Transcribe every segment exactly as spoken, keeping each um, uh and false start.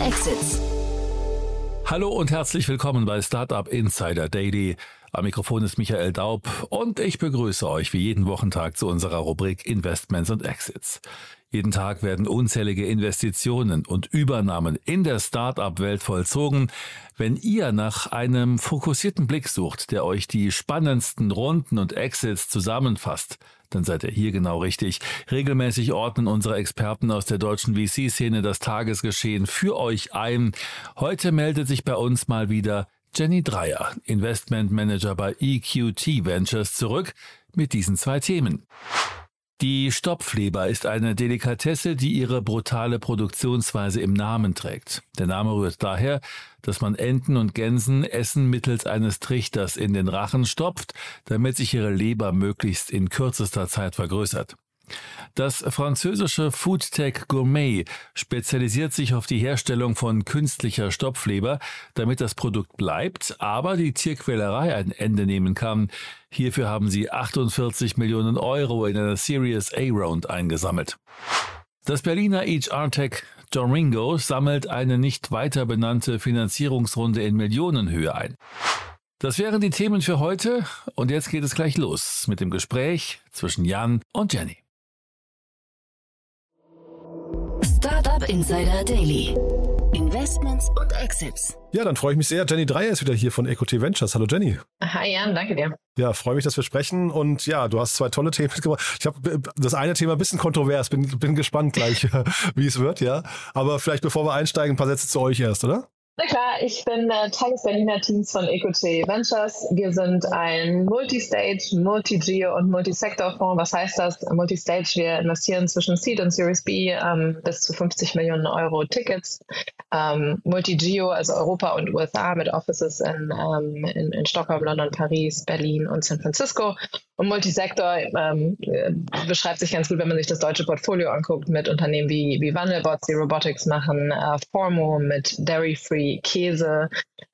Exits. Hallo und herzlich willkommen bei Startup Insider Daily. Am Mikrofon ist Michael Daub und ich begrüße euch wie jeden Wochentag zu unserer Rubrik Investments und Exits. Jeden Tag werden unzählige Investitionen und Übernahmen in der Startup-Welt vollzogen. Wenn ihr nach einem fokussierten Blick sucht, der euch die spannendsten Runden und Exits zusammenfasst, dann seid ihr hier genau richtig. Regelmäßig ordnen unsere Experten aus der deutschen V C-Szene das Tagesgeschehen für euch ein. Heute meldet sich bei uns mal wieder Jenny Dreyer, Investment Manager bei E Q T Ventures, zurück mit diesen zwei Themen. Die Stopfleber ist eine Delikatesse, die ihre brutale Produktionsweise im Namen trägt. Der Name rührt daher, dass man Enten und Gänsen Essen mittels eines Trichters in den Rachen stopft, damit sich ihre Leber möglichst in kürzester Zeit vergrößert. Das französische Foodtech Gourmet spezialisiert sich auf die Herstellung von künstlicher Stopfleber, damit das Produkt bleibt, aber die Tierquälerei ein Ende nehmen kann. Hierfür haben sie achtundvierzig Millionen Euro in einer Series A-Round eingesammelt. Das Berliner H R-Tech Joringo sammelt eine nicht weiter benannte Finanzierungsrunde in Millionenhöhe ein. Das wären die Themen für heute und jetzt geht es gleich los mit dem Gespräch zwischen Jan und Jenny. Startup Insider Daily. Investments und Exits. Ja, dann freue ich mich sehr. Jenny Dreyer ist wieder hier von E Q T Ventures. Hallo Jenny. Hi Jan, danke dir. Ja, freue mich, dass wir sprechen. Und ja, du hast zwei tolle Themen mitgebracht. Ich habe das eine Thema ein bisschen kontrovers. Bin, bin gespannt gleich, wie es wird, ja. Aber vielleicht bevor wir einsteigen, ein paar Sätze zu euch erst, oder? Na klar, ich bin äh, Teil des Berliner Teams von E Q T Ventures. Wir sind ein Multistage, Multi-Geo und Multisektor-Fonds. Was heißt das? Multistage, wir investieren zwischen Seed und Series B ähm, bis zu fünfzig Millionen Euro Tickets. Ähm, Multi-Geo, also Europa und U S A mit Offices in, ähm, in, in Stockholm, London, Paris, Berlin und San Francisco. Und Multisektor ähm, beschreibt sich ganz gut, wenn man sich das deutsche Portfolio anguckt, mit Unternehmen wie, wie Wandelbots, die Robotics machen, äh, Formo mit Dairy-Free Käse,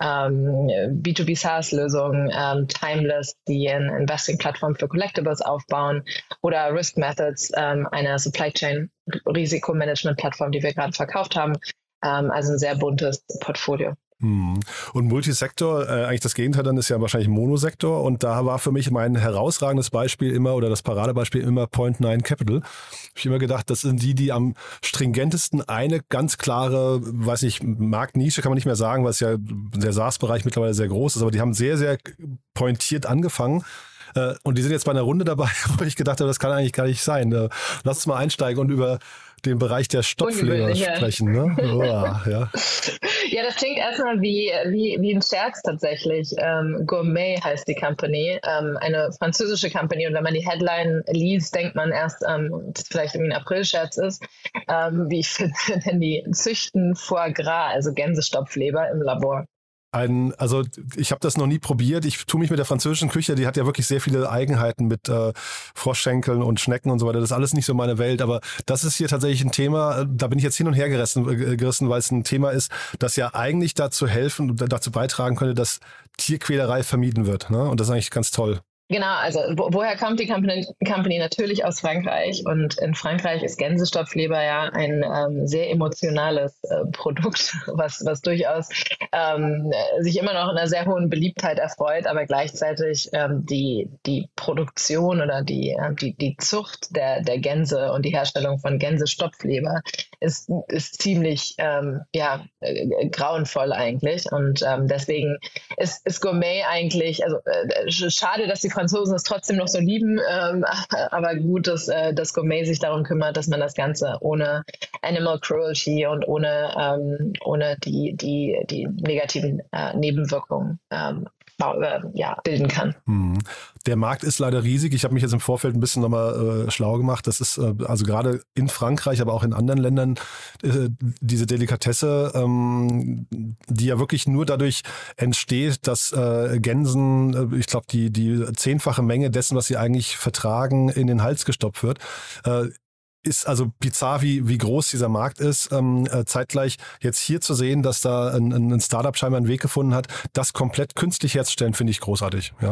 ähm, B zwei B SaaS-Lösungen, ähm, Timeless, die eine Investing-Plattform für Collectibles aufbauen, oder Risk Methods, ähm, eine Supply Chain Risikomanagement-Plattform, die wir gerade verkauft haben. Ähm, also ein sehr buntes Portfolio. Hm. Und Multisektor, äh, eigentlich das Gegenteil dann ist ja wahrscheinlich Monosektor, und da war für mich mein herausragendes Beispiel immer oder das Paradebeispiel immer Point Nine Capital. Hab ich immer gedacht, das sind die, die am stringentesten eine ganz klare, weiß nicht, Marktnische kann man nicht mehr sagen, weil es ja der SaaS-Bereich mittlerweile sehr groß ist, aber die haben sehr, sehr pointiert angefangen. Äh, und die sind jetzt bei einer Runde dabei, wo ich gedacht habe, das kann eigentlich gar nicht sein. Äh, lass uns mal einsteigen und über den Bereich der Stopfleber sprechen. Ne? Oh, ja. Ja, das klingt erstmal wie, wie, wie ein Scherz tatsächlich. Ähm, Gourmet heißt die Company, ähm, eine französische Company. Und wenn man die Headline liest, denkt man erst, ähm, dass es vielleicht irgendwie ein April-Scherz ist. Ähm, wie ich finde, denn die züchten Foie Gras, also Gänsestopfleber im Labor. Ein, also ich habe das noch nie probiert. Ich tue mich mit der französischen Küche, die hat ja wirklich sehr viele Eigenheiten mit äh, Froschschenkeln und Schnecken und so weiter. Das ist alles nicht so meine Welt, aber das ist hier tatsächlich ein Thema, da bin ich jetzt hin und her gerissen, äh, gerissen, weil es ein Thema ist, das ja eigentlich dazu helfen und dazu beitragen könnte, dass Tierquälerei vermieden wird. Ne? Und das ist eigentlich ganz toll. Genau, also wo, woher kommt die Company? Company? Natürlich aus Frankreich, und in Frankreich ist Gänsestopfleber ja ein ähm, sehr emotionales äh, Produkt, was, was durchaus ähm, sich immer noch in einer sehr hohen Beliebtheit erfreut, aber gleichzeitig ähm, die, die Produktion oder die, äh, die, die Zucht der, der Gänse und die Herstellung von Gänsestopfleber ist, ist ziemlich ähm, ja, äh, grauenvoll eigentlich, und ähm, deswegen ist, ist Gourmet eigentlich, also äh, schade, dass die Franzosen es trotzdem noch so lieben, ähm, aber gut, dass äh, das Gourmet sich darum kümmert, dass man das Ganze ohne Animal Cruelty und ohne, ähm, ohne die, die, die negativen äh, Nebenwirkungen ähm, äh, ja, bilden kann. Hm. Der Markt ist leider riesig. Ich habe mich jetzt im Vorfeld ein bisschen nochmal äh, schlau gemacht. Das ist äh, also gerade in Frankreich, aber auch in anderen Ländern äh, diese Delikatesse, ähm, die ja wirklich nur dadurch entsteht, dass äh, Gänsen, äh, ich glaube, die, die zehnfache Menge dessen, was sie eigentlich vertragen, in den Hals gestopft wird. Äh, ist also bizarr, wie, wie groß dieser Markt ist. Ähm, äh, zeitgleich jetzt hier zu sehen, dass da ein, ein Startup scheinbar einen Weg gefunden hat, das komplett künstlich herzustellen, finde ich großartig. Ja.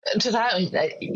Total. Und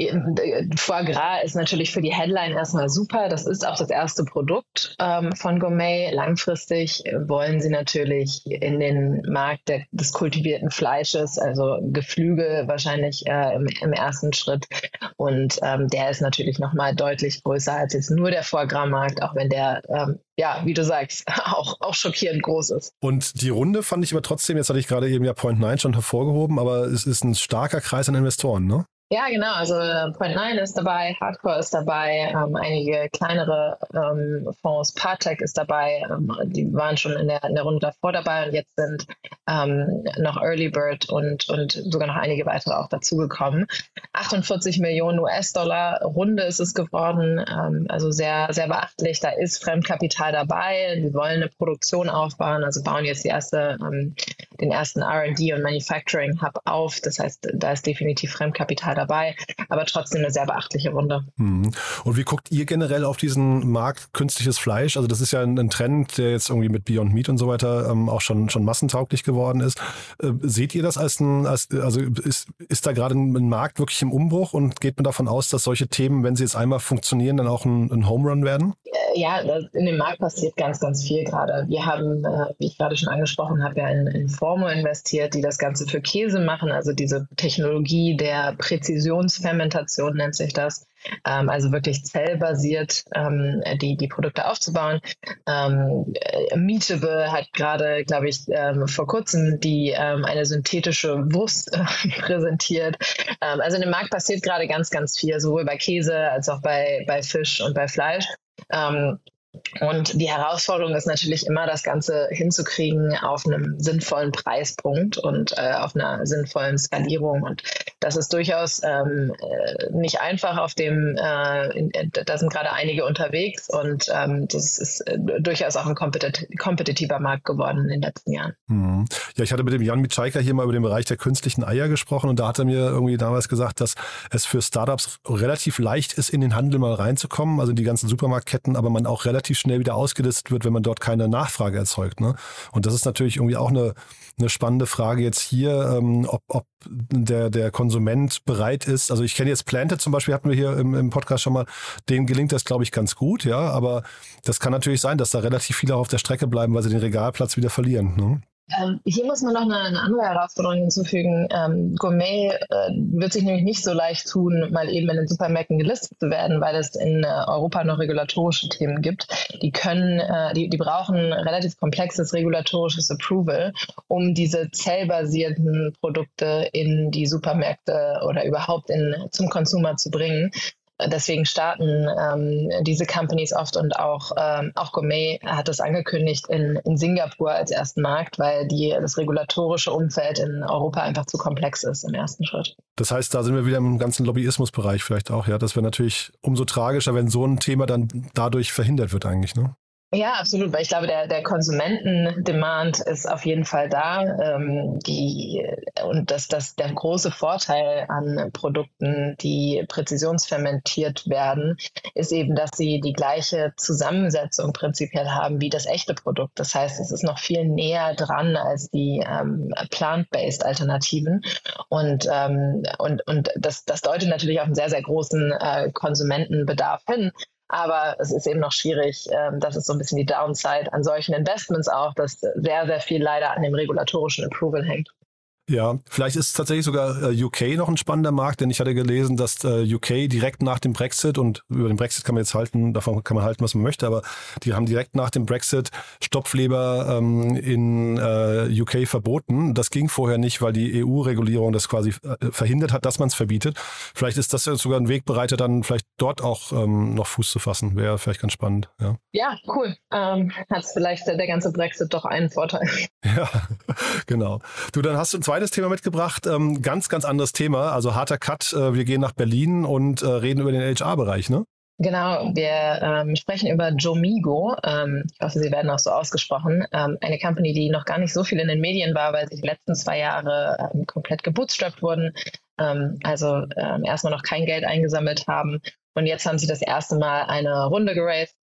äh, Foie Gras ist natürlich für die Headline erstmal super. Das ist auch das erste Produkt ähm, von Gourmet. Langfristig wollen sie natürlich in den Markt der, des kultivierten Fleisches, also Geflügel wahrscheinlich äh, im, im ersten Schritt. Und ähm, der ist natürlich nochmal deutlich größer als jetzt nur der Foie Gras-Markt, auch wenn der, ähm, ja, wie du sagst, auch, auch schockierend groß ist. Und die Runde fand ich aber trotzdem, jetzt hatte ich gerade eben ja Point Nine schon hervorgehoben, aber es ist ein starker Kreis an Investoren, ne? Ja, genau. Also Point Nine ist dabei, Hardcore ist dabei, ähm, einige kleinere ähm, Fonds, Partech ist dabei, ähm, die waren schon in der, in der Runde davor dabei und jetzt sind ähm, noch Early Bird und, und sogar noch einige weitere auch dazugekommen. achtundvierzig Millionen U S-Dollar Runde ist es geworden, ähm, also sehr, sehr beachtlich. Da ist Fremdkapital dabei. Die wollen eine Produktion aufbauen, also bauen jetzt die erste, ähm, den ersten R and D und Manufacturing Hub auf. Das heißt, da ist definitiv Fremdkapital dabei, aber trotzdem eine sehr beachtliche Runde. Und wie guckt ihr generell auf diesen Markt künstliches Fleisch? Also das ist ja ein, ein Trend, der jetzt irgendwie mit Beyond Meat und so weiter ähm, auch schon, schon massentauglich geworden ist. Äh, seht ihr das als ein, als, also ist, ist da gerade ein Markt wirklich im Umbruch und geht man davon aus, dass solche Themen, wenn sie jetzt einmal funktionieren, dann auch ein, ein Home Run werden? Ja, in dem Markt passiert ganz, ganz viel gerade. Wir haben, äh, wie ich gerade schon angesprochen habe, ja in, in Formo investiert, die das Ganze für Käse machen, also diese Technologie der Präzisionsfermentation nennt sich das. Ähm, also wirklich zellbasiert ähm, die, die Produkte aufzubauen. Ähm, Meatable hat gerade, glaube ich, ähm, vor kurzem die ähm, eine synthetische Wurst äh, präsentiert. Ähm, also in dem Markt passiert gerade ganz, ganz viel, sowohl bei Käse als auch bei, bei Fisch und bei Fleisch. Ähm, Und die Herausforderung ist natürlich immer, das Ganze hinzukriegen auf einem sinnvollen Preispunkt und äh, auf einer sinnvollen Skalierung. Und das ist durchaus ähm, nicht einfach auf dem, äh, in, da sind gerade einige unterwegs und ähm, das ist äh, durchaus auch ein kompetit- kompetitiver Markt geworden in den letzten Jahren. Mhm. Ja, ich hatte mit dem Jan Mitschaika hier mal über den Bereich der künstlichen Eier gesprochen und da hat er mir irgendwie damals gesagt, dass es für Startups relativ leicht ist, in den Handel mal reinzukommen, also in die ganzen Supermarktketten, aber man auch relativ schnell wieder ausgelistet wird, wenn man dort keine Nachfrage erzeugt. Ne? Und das ist natürlich irgendwie auch eine, eine spannende Frage jetzt hier, ähm, ob, ob der, der Konsument bereit ist. Also ich kenne jetzt Planted zum Beispiel, hatten wir hier im, im Podcast schon mal, denen gelingt das, glaube ich, ganz gut, ja, aber das kann natürlich sein, dass da relativ viele auf der Strecke bleiben, weil sie den Regalplatz wieder verlieren. Ne? Ähm, hier muss man noch eine, eine andere Herausforderung hinzufügen. Ähm, Gourmet äh, wird sich nämlich nicht so leicht tun, mal eben in den Supermärkten gelistet zu werden, weil es in äh, Europa noch regulatorische Themen gibt. Die können, äh, die, die brauchen relativ komplexes regulatorisches Approval, um diese zellbasierten Produkte in die Supermärkte oder überhaupt in, zum Consumer zu bringen. Deswegen starten ähm, diese Companies oft und auch, ähm, auch Gourmet hat es angekündigt in, in Singapur als ersten Markt, weil die, das regulatorische Umfeld in Europa einfach zu komplex ist im ersten Schritt. Das heißt, da sind wir wieder im ganzen Lobbyismusbereich vielleicht auch. Ja, das wäre natürlich umso tragischer, wenn so ein Thema dann dadurch verhindert wird eigentlich, ne? Ja, absolut, weil ich glaube, der, der Konsumenten-Demand ist auf jeden Fall da. Ähm, die, und das, das, der große Vorteil an Produkten, die präzisionsfermentiert werden, ist eben, dass sie die gleiche Zusammensetzung prinzipiell haben wie das echte Produkt. Das heißt, es ist noch viel näher dran als die ähm, plant-based Alternativen. Und, ähm, und, und das, das deutet natürlich auf einen sehr, sehr großen äh, Konsumentenbedarf hin. Aber es ist eben noch schwierig, das ist so ein bisschen die Downside an solchen Investments auch, dass sehr, sehr viel leider an dem regulatorischen Approval hängt. Ja, vielleicht ist tatsächlich sogar äh, U K noch ein spannender Markt, denn ich hatte gelesen, dass äh, U K direkt nach dem Brexit, und über den Brexit kann man jetzt halten, davon kann man halten, was man möchte, aber die haben direkt nach dem Brexit Stopfleber ähm, in äh, U K verboten. Das ging vorher nicht, weil die E U-Regulierung das quasi äh, verhindert hat, dass man es verbietet. Vielleicht ist das ja sogar ein Wegbereiter, dann vielleicht dort auch ähm, noch Fuß zu fassen. Wäre vielleicht ganz spannend. Ja, ja cool. Ähm, hat vielleicht der ganze Brexit doch einen Vorteil. Ja, genau. Du, dann hast du ein zweites Thema mitgebracht, ähm, ganz, ganz anderes Thema, also harter Cut, äh, wir gehen nach Berlin und äh, reden über den H R-Bereich, ne? Genau, wir ähm, sprechen über Jomigo, ähm, ich hoffe, sie werden auch so ausgesprochen, ähm, eine Company, die noch gar nicht so viel in den Medien war, weil sie die letzten zwei Jahre ähm, komplett gebootstrapped wurden, ähm, also ähm, erstmal noch kein Geld eingesammelt haben und jetzt haben sie das erste Mal eine Runde geraced.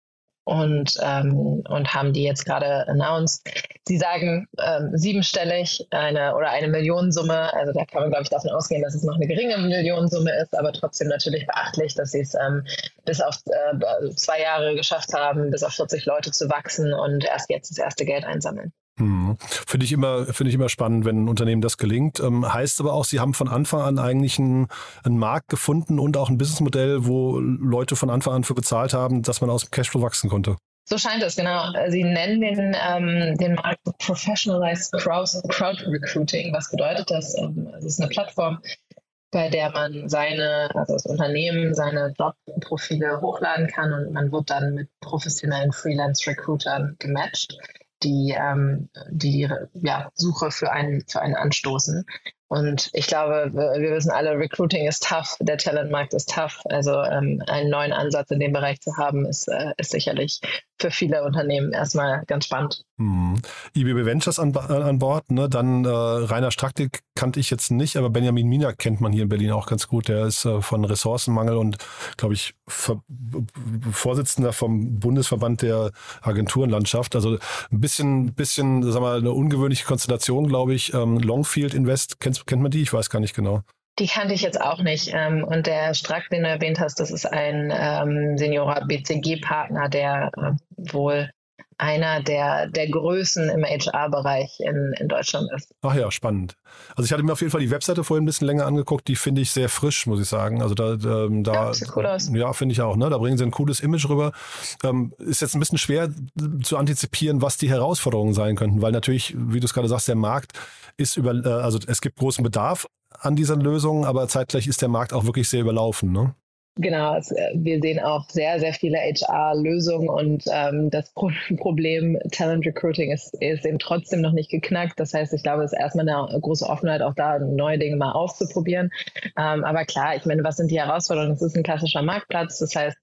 und, ähm, und haben die jetzt gerade announced. Sie sagen ähm, siebenstellig eine oder eine Millionensumme. Also da kann man, glaube ich, davon ausgehen, dass es noch eine geringe Millionensumme ist, aber trotzdem natürlich beachtlich, dass sie es ähm, bis auf äh, zwei Jahre geschafft haben, bis auf vierzig Leute zu wachsen und erst jetzt das erste Geld einsammeln. Hm. Finde ich immer, finde ich immer spannend, wenn ein Unternehmen das gelingt. Ähm, heißt aber auch, Sie haben von Anfang an eigentlich einen, einen Markt gefunden und auch ein Businessmodell, wo Leute von Anfang an für bezahlt haben, dass man aus dem Cashflow wachsen konnte. So scheint es, genau. Sie nennen den, ähm, den Markt Professionalized Crowd, Crowd Recruiting. Was bedeutet das? Ähm, es ist eine Plattform, bei der man seine, also das Unternehmen, seine Jobprofile hochladen kann und man wird dann mit professionellen Freelance-Recruitern gematcht, die ähm, die ja, Suche für einen, für einen anstoßen. Und ich glaube, wir, wir wissen alle, Recruiting ist tough, der Talentmarkt ist tough. Also ähm, einen neuen Ansatz in dem Bereich zu haben, ist, äh, ist sicherlich für viele Unternehmen erstmal ganz spannend. Hm. I B B Ventures an, an Bord, ne? Dann äh, Rainer Straktik kannte ich jetzt nicht, aber Benjamin Mina kennt man hier in Berlin auch ganz gut. Der ist äh, von Ressourcenmangel und, glaube ich, Ver- Vorsitzender vom Bundesverband der Agenturenlandschaft. Also ein bisschen, bisschen, sag mal, eine ungewöhnliche Konstellation, glaube ich. Ähm, Longfield Invest, kennt, kennt man die? Ich weiß gar nicht genau. Die kannte ich jetzt auch nicht. Und der Strack, den du erwähnt hast, das ist ein ähm, Seniorer B C G-Partner, der äh, wohl einer der, der Größen im H R-Bereich in, in Deutschland ist. Ach ja, spannend. Also ich hatte mir auf jeden Fall die Webseite vorhin ein bisschen länger angeguckt. Die finde ich sehr frisch, muss ich sagen. Also da, ähm, da ja, sieht cool aus. Ja, finde ich auch. Ne? Da bringen sie ein cooles Image rüber. Ähm, ist jetzt ein bisschen schwer zu antizipieren, was die Herausforderungen sein könnten, weil natürlich, wie du es gerade sagst, der Markt ist über, äh, also es gibt großen Bedarf an dieser Lösung, aber zeitgleich ist der Markt auch wirklich sehr überlaufen, ne? Genau, es, wir sehen auch sehr, sehr viele H R-Lösungen und ähm, das Pro- Problem Talent Recruiting ist, ist eben trotzdem noch nicht geknackt. Das heißt, ich glaube, es ist erstmal eine große Offenheit, auch da neue Dinge mal auszuprobieren. Ähm, aber klar, ich meine, was sind die Herausforderungen? Es ist ein klassischer Marktplatz, das heißt,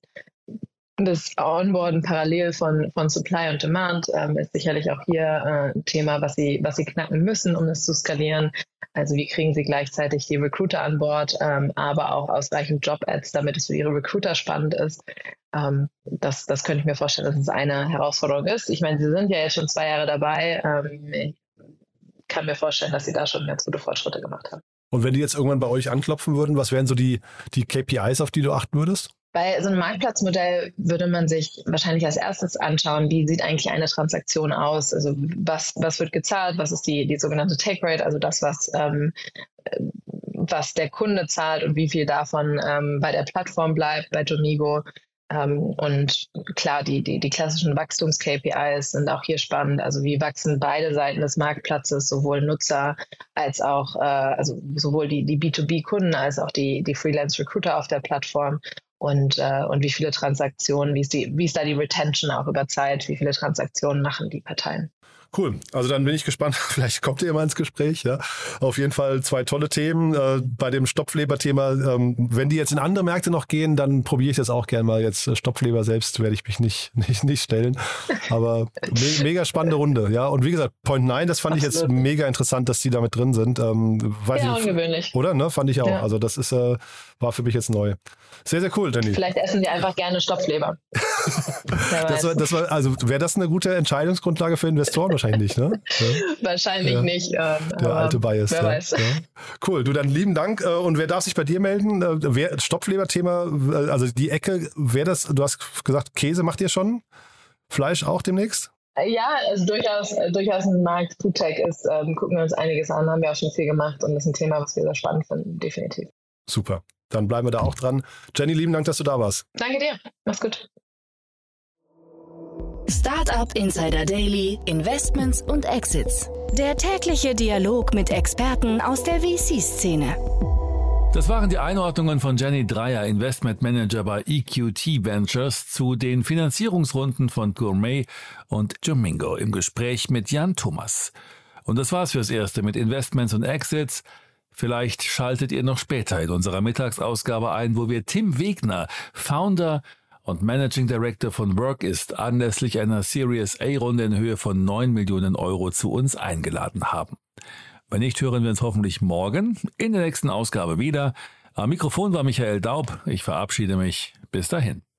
das Onboarden parallel von, von Supply und Demand ähm, ist sicherlich auch hier äh, ein Thema, was sie, was sie knacken müssen, um es zu skalieren. Also wie kriegen sie gleichzeitig die Recruiter an Bord, ähm, aber auch ausreichend Job-Ads, damit es für ihre Recruiter spannend ist. Ähm, das, das könnte ich mir vorstellen, dass es eine Herausforderung ist. Ich meine, sie sind ja jetzt schon zwei Jahre dabei. Ähm, ich kann mir vorstellen, dass sie da schon ganz gute Fortschritte gemacht haben. Und wenn die jetzt irgendwann bei euch anklopfen würden, was wären so die, die K P Is, auf die du achten würdest? Bei so einem Marktplatzmodell würde man sich wahrscheinlich als erstes anschauen, wie sieht eigentlich eine Transaktion aus? Also was, was wird gezahlt? Was ist die, die sogenannte Take Rate? Also das, was, ähm, was der Kunde zahlt und wie viel davon ähm, bei der Plattform bleibt, bei Jomigo. Ähm, und klar, die, die, die klassischen Wachstums-K P Is sind auch hier spannend. Also wie wachsen beide Seiten des Marktplatzes, sowohl Nutzer als auch, äh, also sowohl die, die B zwei B-Kunden als auch die, die Freelance-Recruiter auf der Plattform. Und, äh, und wie viele Transaktionen, wie ist, die, wie ist da die Retention auch über Zeit, wie viele Transaktionen machen die Parteien? Cool, also dann bin ich gespannt, vielleicht kommt ihr mal ins Gespräch. Ja. Auf jeden Fall zwei tolle Themen. Äh, bei dem Stopfleber-Thema, ähm, wenn die jetzt in andere Märkte noch gehen, dann probiere ich das auch gerne mal. Jetzt Stopfleber selbst werde ich mich nicht, nicht, nicht stellen. Aber me- mega spannende Runde. Ja. Und wie gesagt, Point neun, das fand Absolut. Ich jetzt mega interessant, dass die damit drin sind. Ähm, weiß ja, ich, ungewöhnlich. Oder? Ne? Fand ich auch. Ja. Also das ist, äh, war für mich jetzt neu. Sehr, sehr cool, Danny. Vielleicht essen die einfach gerne Stopfleber. das war, das war, also wäre das eine gute Entscheidungsgrundlage für Investoren? Wahrscheinlich nicht, ne? Ja. Wahrscheinlich ja. nicht. Ähm, Der alte Bias. Wer ja. weiß. Ja. Cool, du dann lieben Dank. Und wer darf sich bei dir melden? Wer, Stopfleber-Thema, also die Ecke, wer das, du hast gesagt, Käse macht ihr schon? Fleisch auch demnächst? Ja, also durchaus, durchaus ein Markt. Foodtech ist, ähm, gucken wir uns einiges an, haben wir auch schon viel gemacht und das ist ein Thema, was wir sehr spannend finden, definitiv. Super. Dann bleiben wir da auch dran. Jenny, lieben Dank, dass du da warst. Danke dir. Mach's gut. Startup Insider Daily, Investments und Exits. Der tägliche Dialog mit Experten aus der V C-Szene. Das waren die Einordnungen von Jenny Dreyer, Investment Manager bei E Q T Ventures, zu den Finanzierungsrunden von Gourmet und Jomigo im Gespräch mit Jan Thomas. Und das war's fürs Erste mit Investments und Exits. Vielleicht schaltet ihr noch später in unserer Mittagsausgabe ein, wo wir Tim Wegner, Founder und Managing Director von Workist, anlässlich einer Series A-Runde in Höhe von neun Millionen Euro zu uns eingeladen haben. Wenn nicht, hören wir uns hoffentlich morgen in der nächsten Ausgabe wieder. Am Mikrofon war Michael Daub. Ich verabschiede mich. Bis dahin.